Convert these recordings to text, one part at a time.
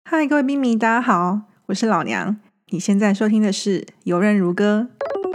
嗨，各位咪咪，大家好，我是老娘。你现在收听的是《游刃如歌》。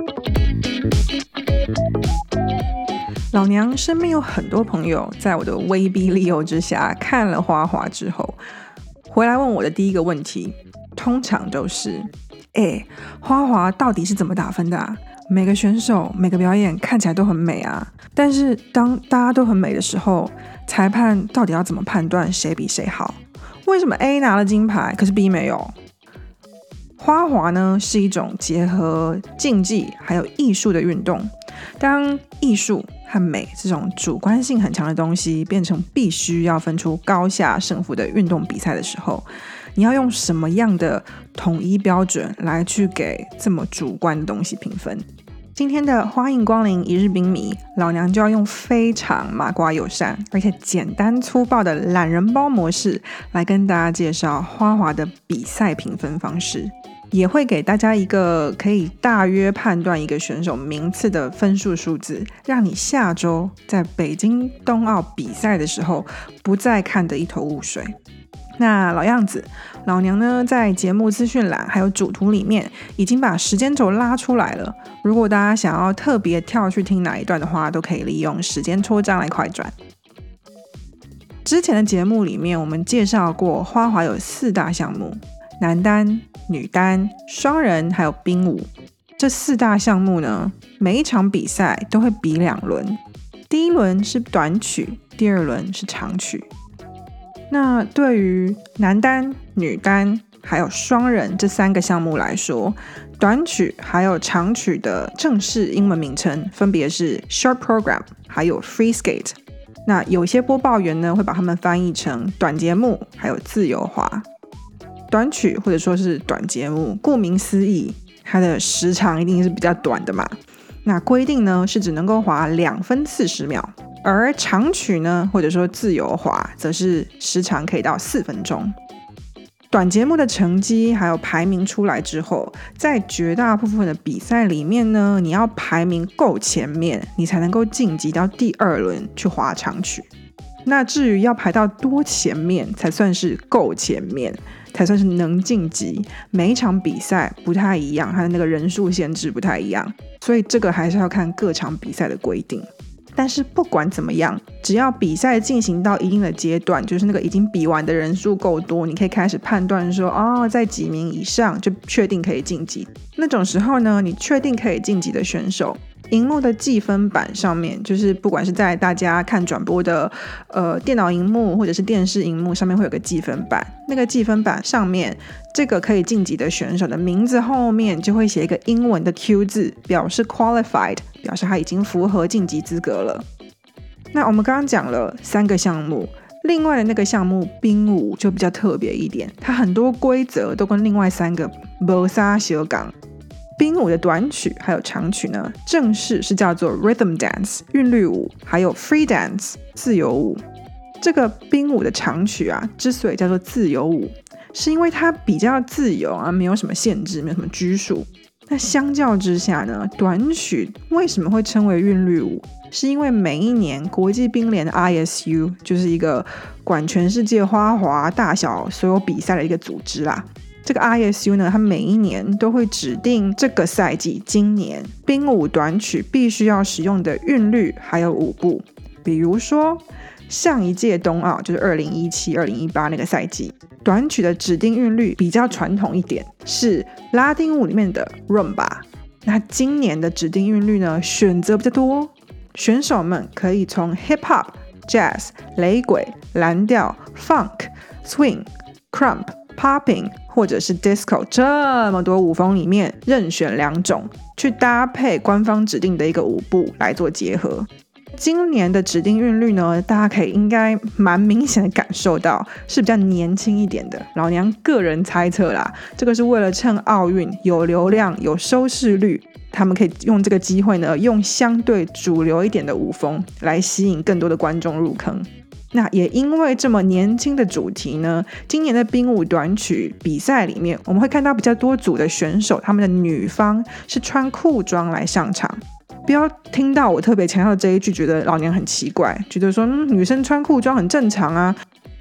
老娘身边有很多朋友，在我的威逼利诱之下看了花滑之后，回来问我的第一个问题，通常都是：花滑到底是怎么打分的啊？每个选手、每个表演看起来都很美啊，但是当大家都很美的时候，裁判到底要怎么判断谁比谁好？为什么 A 拿了金牌，可是 B 没有？花滑呢是一种结合竞技还有艺术的运动。当艺术和美这种主观性很强的东西变成必须要分出高下胜负的运动比赛的时候，你要用什么样的统一标准来去给这么主观的东西评分？今天的欢迎光临一日冰迷，老娘就要用非常麻瓜友善而且简单粗暴的懒人包模式来跟大家介绍花滑的比赛评分方式，也会给大家一个可以大约判断一个选手名次的分数数字，让你下周在北京冬奥比赛的时候不再看得一头雾水。那老样子，老娘呢在节目资讯栏还有主图里面已经把时间轴拉出来了，如果大家想要特别跳去听哪一段的话，都可以利用时间戳章来快转。之前的节目里面我们介绍过花滑有4大项目，男单、女单、双人还有冰舞。这4大项目呢，每一场比赛都会比2轮，第一轮是短曲，第二轮是长曲。那对于男单、女单还有双人这3个项目来说，短曲还有长曲的正式英文名称分别是 Short Program 还有 Free Skate。 那有些播报员呢会把它们翻译成短节目还有自由滑。短曲或者说是短节目，顾名思义，它的时长一定是比较短的嘛。那规定呢是只能够滑2分40秒，而长曲呢或者说自由滑则是时长可以到4分钟。短节目的成绩还有排名出来之后，在绝大部分的比赛里面呢，你要排名够前面，你才能够晋级到第2轮去滑长曲。那至于要排到多前面才算是够前面，才算是能晋级，每一场比赛不太一样，它的那个人数限制不太一样，所以这个还是要看各场比赛的规定。但是不管怎么样，只要比赛进行到一定的阶段，就是那个已经比完的人数够多，你可以开始判断说，在几名以上就确定可以晋级。那种时候呢，你确定可以晋级的选手，荧幕的计分板上面，就是不管是在大家看转播的电脑荧幕或者是电视荧幕上面会有个计分板，那个计分板上面这个可以晋级的选手的名字后面就会写一个英文的 Q 字，表示 qualified， 表示他已经符合晋级资格了。那我们刚刚讲了3个项目，另外的那个项目冰舞就比较特别一点，它很多规则都跟另外3个没啥相同。冰舞的短曲还有长曲呢，正式是叫做 Rhythm Dance 韵律舞，还有 Free Dance 自由舞。这个冰舞的长曲啊，之所以叫做自由舞，是因为它比较自由啊，没有什么限制，没有什么拘束。那相较之下呢，短曲为什么会称为韵律舞？是因为每一年国际冰联的 ISU 就是一个管全世界花滑大小所有比赛的一个组织啦。这个 ISU 呢，它每一年都会指定这个赛季今年冰舞短曲必须要使用的韵律还有舞步。比如说上一届冬奥就是2017、2018那个赛季，短曲的指定韵律比较传统一点，是拉丁舞里面的 Rumba。 那今年的指定韵律呢，选择比较多，选手们可以从 Hip Hop、Jazz、雷鬼、蓝调、Funk、Swing、Crump、Popping 或者是 Disco 这么多舞风里面任选2种，去搭配官方指定的一个舞步来做结合。今年的指定韵律呢，大家可以应该蛮明显的感受到是比较年轻一点的，老娘个人猜测啦，这个是为了趁奥运有流量有收视率，他们可以用这个机会呢，用相对主流一点的舞风来吸引更多的观众入坑。那也因为这么年轻的主题呢，今年的冰舞短曲比赛里面，我们会看到比较多组的选手，他们的女方是穿裤装来上场。不要听到我特别强调这一句觉得老娘很奇怪，觉得说女生穿裤装很正常啊。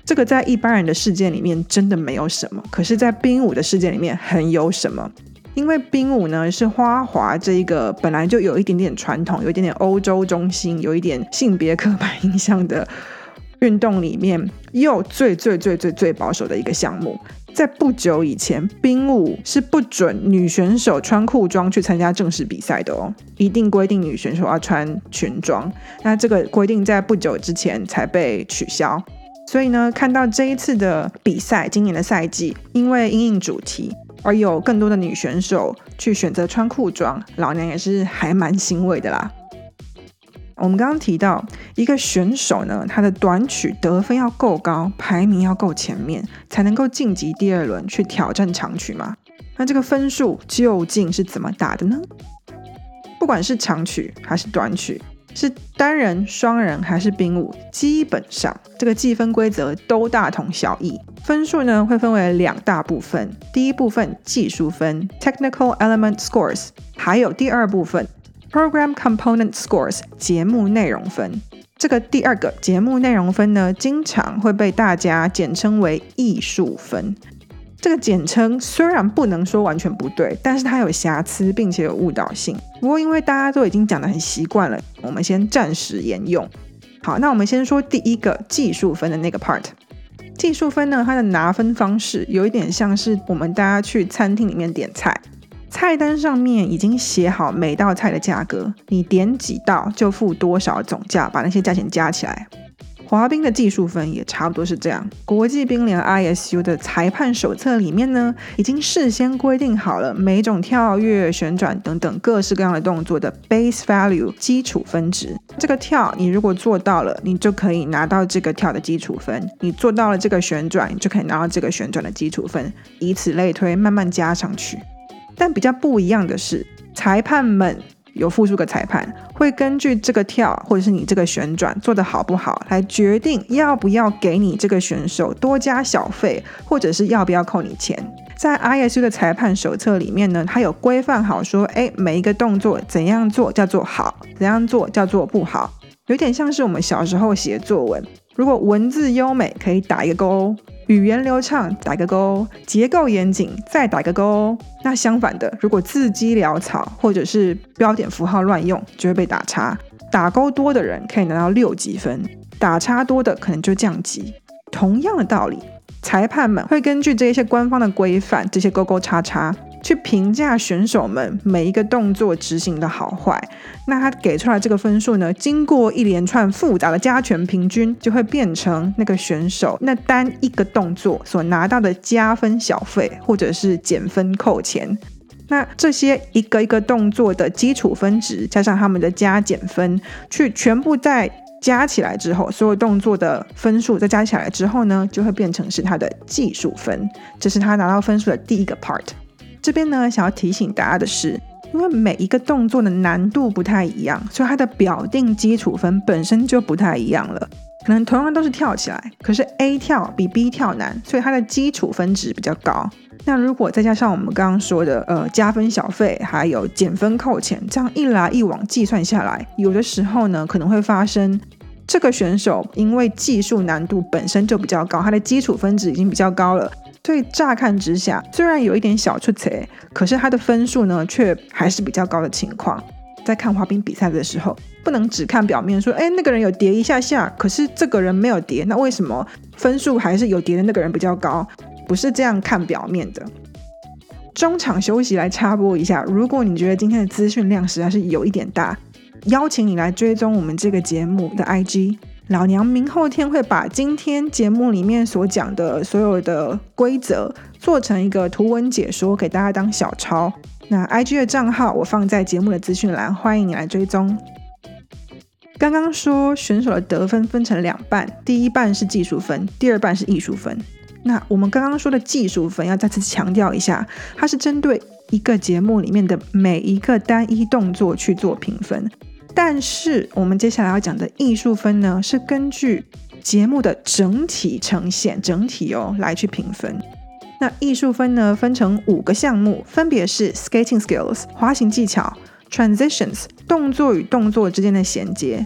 这个在一般人的世界里面真的没有什么，可是在冰舞的世界里面很有什么。因为冰舞呢是花滑这一个本来就有一点点传统，有一点点欧洲中心，有一点性别刻板印象的运动里面又最保守的一个项目。在不久以前，冰舞是不准女选手穿裤装去参加正式比赛的哦，一定规定女选手要穿裙装。那这个规定在不久之前才被取消。所以呢，看到这一次的比赛，今年的赛季，因为因应主题而有更多的女选手去选择穿裤装，老娘也是还蛮欣慰的啦。我们刚刚提到一个选手呢，他的短曲得分要够高，排名要够前面，才能够晋级第二轮去挑战长曲嘛。那这个分数究竟是怎么打的呢？不管是长曲还是短曲，是单人、双人还是冰舞，基本上这个计分规则都大同小异。分数呢会分为两大部分，第一部分技术分 Technical Element Scores， 还有第二部分Program Component Scores， 节目内容分。这个第二个节目内容分呢，经常会被大家简称为艺术分。这个简称虽然不能说完全不对，但是它有瑕疵并且有误导性。不过因为大家都已经讲得很习惯了，我们先暂时沿用。好，那我们先说第一个技术分的那个 part。技术分呢，它的拿分方式有一点像是我们大家去餐厅里面点菜，菜单上面已经写好每道菜的价格，你点几道就付多少总价，把那些价钱加起来。滑冰的技术分也差不多是这样。国际冰联 ISU 的裁判手册里面呢，已经事先规定好了每种跳跃、旋转等等各式各样的动作的 base value 基础分值。这个跳你如果做到了，你就可以拿到这个跳的基础分；你做到了这个旋转，你就可以拿到这个旋转的基础分，以此类推，慢慢加上去。但比较不一样的是，裁判们有复数个裁判会根据这个跳或者是你这个旋转做得好不好来决定要不要给你这个选手多加小费，或者是要不要扣你钱。在 ISU 的裁判手册里面呢，它有规范好说每一个动作怎样做叫做好，怎样做叫做不好。有点像是我们小时候写作文，如果文字优美可以打一个勾，语言流畅打一个勾，结构严谨再打一个勾。那相反的，如果字迹潦草或者是标点符号乱用，就会被打叉。打勾多的人可以拿到6级分，打叉多的可能就降级。同样的道理，裁判们会根据这些官方的规范，这些勾勾叉叉去评价选手们每一个动作执行的好坏。那他给出来这个分数呢，经过一连串复杂的加权平均，就会变成那个选手那单一个动作所拿到的加分小费，或者是减分扣钱。那这些一个一个动作的基础分值加上他们的加减分，去全部再加起来之后，所有动作的分数再加起来之后呢，就会变成是他的技术分。这是他拿到分数的第一个 part。这边呢，想要提醒大家的是，因为每一个动作的难度不太一样，所以它的表定基础分本身就不太一样了。可能同样都是跳起来，可是 A 跳比 B 跳难，所以它的基础分值比较高。那如果再加上我们刚刚说的加分小费，还有减分扣钱，这样一来一往计算下来，有的时候呢可能会发生这个选手因为技术难度本身就比较高，他的基础分值已经比较高了，所以乍看之下虽然有一点小出彩，可是他的分数呢却还是比较高的情况。在看滑冰比赛的时候，不能只看表面说那个人有跌一下下，可是这个人没有跌，那为什么分数还是有跌的那个人比较高？不是这样看表面的。中场休息来插播一下，如果你觉得今天的资讯量实在是有一点大，邀请你来追踪我们这个节目的 IG， 老娘明后天会把今天节目里面所讲的所有的规则做成一个图文解说给大家当小抄。那 IG 的账号我放在节目的资讯栏，欢迎你来追踪。刚刚说选手的得分分成2半，第一半是技术分，第二半是艺术分。那我们刚刚说的技术分要再次强调一下，它是针对一个节目里面的每一个单一动作去做评分。但是我们接下来要讲的艺术分呢，是根据节目的整体呈现，整体来去评分。那艺术分呢分成5个项目，分别是 Skating Skills 滑行技巧， Transitions 动作与动作之间的衔接，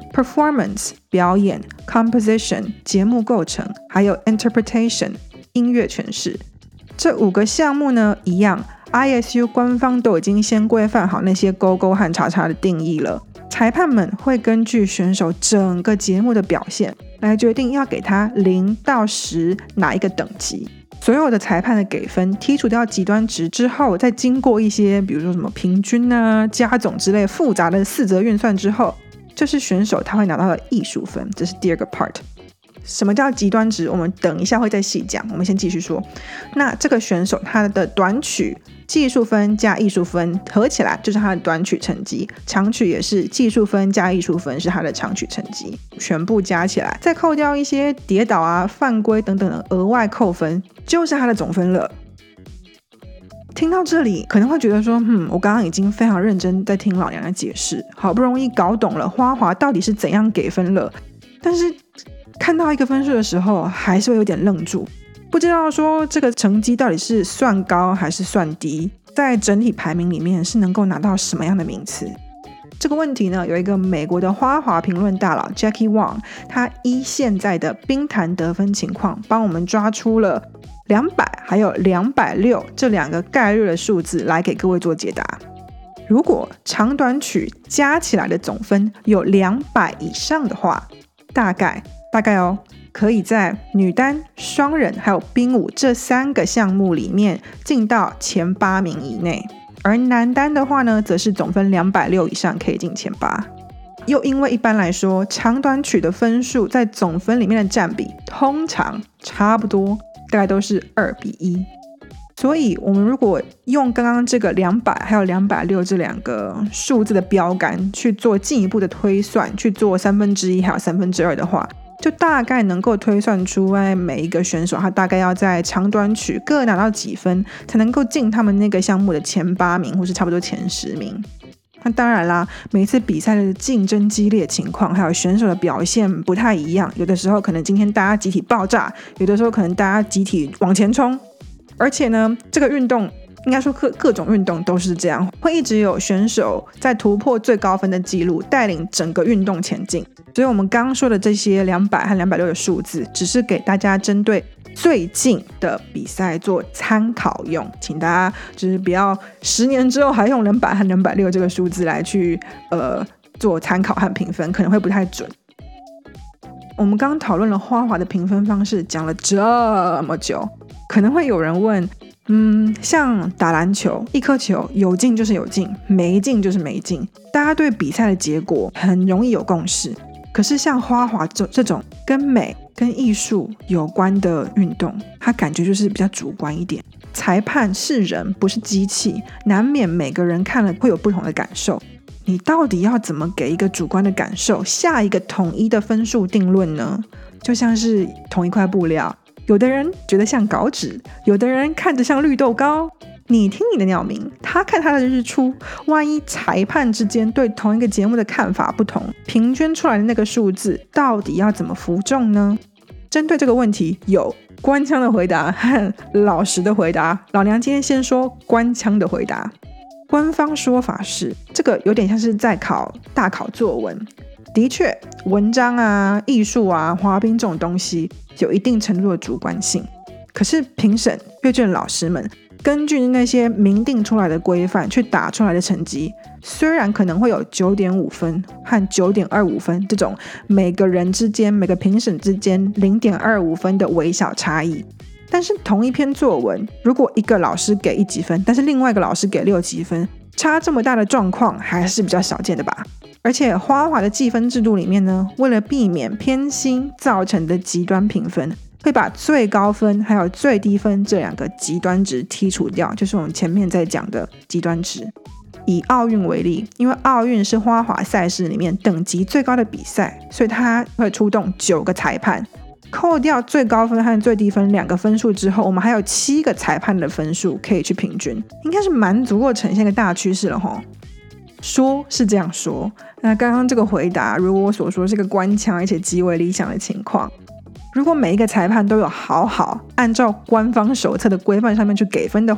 performance 表演， composition 节目构成，还有 interpretation 音乐诠释。这5个项目呢一样， ISU 官方都已经先规范好那些勾勾和叉叉的定义了，裁判们会根据选手整个节目的表现来决定要给他0到10哪一个等级。所有的裁判的给分剔除掉极端值之后，再经过一些比如说什么平均啊、加总之类复杂的4则运算之后，这是选手他会拿到的艺术分，这是第2个 part。什么叫极端值？我们等一下会再细讲，我们先继续说。那这个选手他的短曲技术分加艺术分合起来就是他的短曲成绩，长曲也是技术分加艺术分是他的长曲成绩，全部加起来再扣掉一些跌倒啊、犯规等等的额外扣分，就是他的总分了。听到这里可能会觉得说我刚刚已经非常认真在听老娘的解释，好不容易搞懂了花滑到底是怎样给分了，但是看到一个分数的时候还是会有点愣住，不知道说这个成绩到底是算高还是算低，在整体排名里面是能够拿到什么样的名次。这个问题呢，有一个美国的花滑评论大佬 Jackie Wang， 他依现在的冰坛得分情况帮我们抓出了200还有260这2个概率的数字来给各位做解答。如果长短曲加起来的总分有200以上的话，大概可以在女单、双人还有冰舞这3个项目里面进到前8名以内，而男单的话呢，则是总分260以上可以进前8。又因为一般来说长短曲的分数在总分里面的占比通常差不多，大概都是2:1，所以我们如果用刚刚这个200还有260这2个数字的标杆去做进一步的推算，去做1/3还有2/3的话，就大概能够推算出每一个选手他大概要在长短曲各拿到几分才能够进他们那个项目的前8名或是差不多前10名。那当然啦，每次比赛的竞争激烈情况还有选手的表现不太一样，有的时候可能今天大家集体爆炸，有的时候可能大家集体往前冲，而且呢这个运动应该说各种运动都是这样，会一直有选手在突破最高分的记录，带领整个运动前进。所以我们刚刚说的这些200和260的数字只是给大家针对最近的比赛做参考用，请大家就是不要10年之后还用200和260这个数字来去做参考和评分，可能会不太准。我们刚刚讨论了花滑的评分方式，讲了这么久，可能会有人问像打篮球，一颗球有进就是有进，没进就是没进，大家对比赛的结果很容易有共识。可是像花滑这种跟美跟艺术有关的运动，它感觉就是比较主观一点，裁判是人不是机器，难免每个人看了会有不同的感受，你到底要怎么给一个主观的感受下一个统一的分数定论呢？就像是同一块布料，有的人觉得像稿纸，有的人看着像绿豆糕，你听你的鸟鸣，他看他的日出，万一裁判之间对同一个节目的看法不同，平均出来的那个数字到底要怎么服众呢？针对这个问题，有官腔的回答和老实的回答。老娘今天先说官腔的回答。官方说法是，这个有点像是在大考作文。的确，文章啊、艺术啊、滑冰这种东西有一定程度的主观性，可是评审、阅卷老师们根据那些明定出来的规范去打出来的成绩，虽然可能会有 9.5 分和 9.25 分这种每个人之间、每个评审之间 0.25 分的微小差异，但是同一篇作文，如果一个老师给1级分，但是另外一个老师给6级分，差这么大的状况还是比较少见的吧。而且花滑的计分制度里面呢，为了避免偏心造成的极端评分，会把最高分还有最低分这2个极端值剔除掉，就是我们前面在讲的极端值。以奥运为例，因为奥运是花滑赛事里面等级最高的比赛，所以它会出动9个裁判，扣掉最高分和最低分2个分数之后，我们还有7个裁判的分数可以去平均，应该是蛮足够呈现一个大趋势了齁。说是这样说，那刚刚这个回答如果我所说是个官腔而且极为理想的情况，如果每一个裁判都有好按照官方手册的规范上面去给分的话，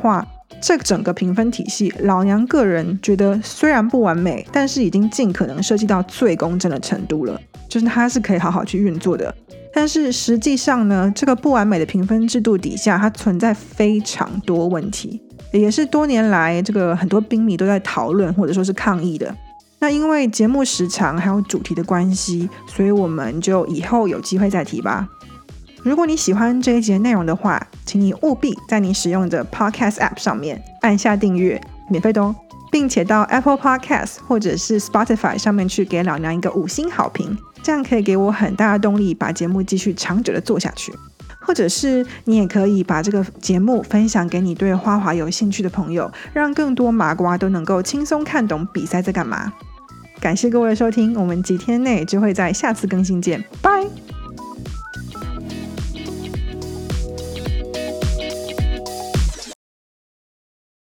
这整个评分体系，老娘个人觉得虽然不完美，但是已经尽可能设计到最公正的程度了，就是它是可以好好去运作的。但是实际上呢，这个不完美的评分制度底下，它存在非常多问题，也是多年来这个很多兵迷都在讨论或者说是抗议的。那因为节目时长还有主题的关系，所以我们就以后有机会再提吧。如果你喜欢这一集的内容的话，请你务必在你使用的 Podcast App 上面按下订阅，免费的哦，并且到 Apple Podcast 或者是 Spotify 上面去给老娘一个5星好评，这样可以给我很大的动力把节目继续长久的做下去。或者是你也可以把这个节目分享给你对花滑有兴趣的朋友，让更多麻瓜都能够轻松看懂比赛在干嘛。感谢各位的收听，我们几天内就会在下次更新见，拜。